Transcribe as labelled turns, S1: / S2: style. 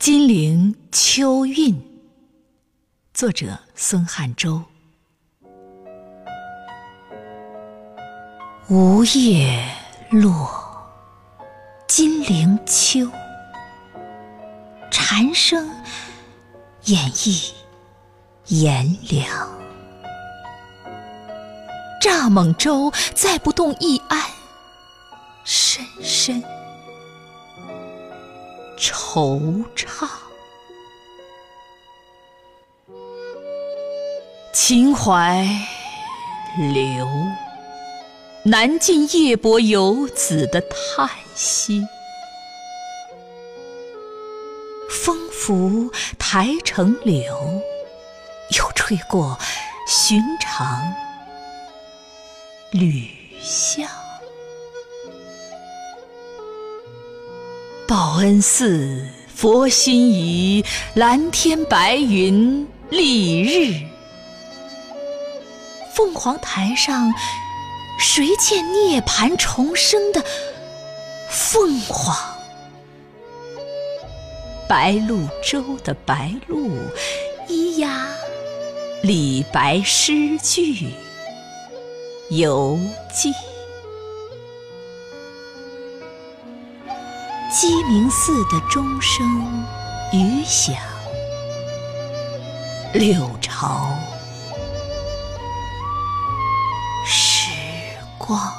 S1: 金陵秋韵，作者孙汉洲。梧叶落，金陵秋，蝉声演绎炎凉。蚱蜢舟载不动一岸，深深惆怅。秦淮流，难尽夜泊游子的叹息。风拂台城柳，又吹过寻常旅巷。报恩寺，佛心仪，蓝天白云丽日。凤凰台上，谁见涅槃重生的凤凰？白鹭洲的白鹭，咿呀李白诗句游记。鸡鸣寺的钟声余响，六朝时光。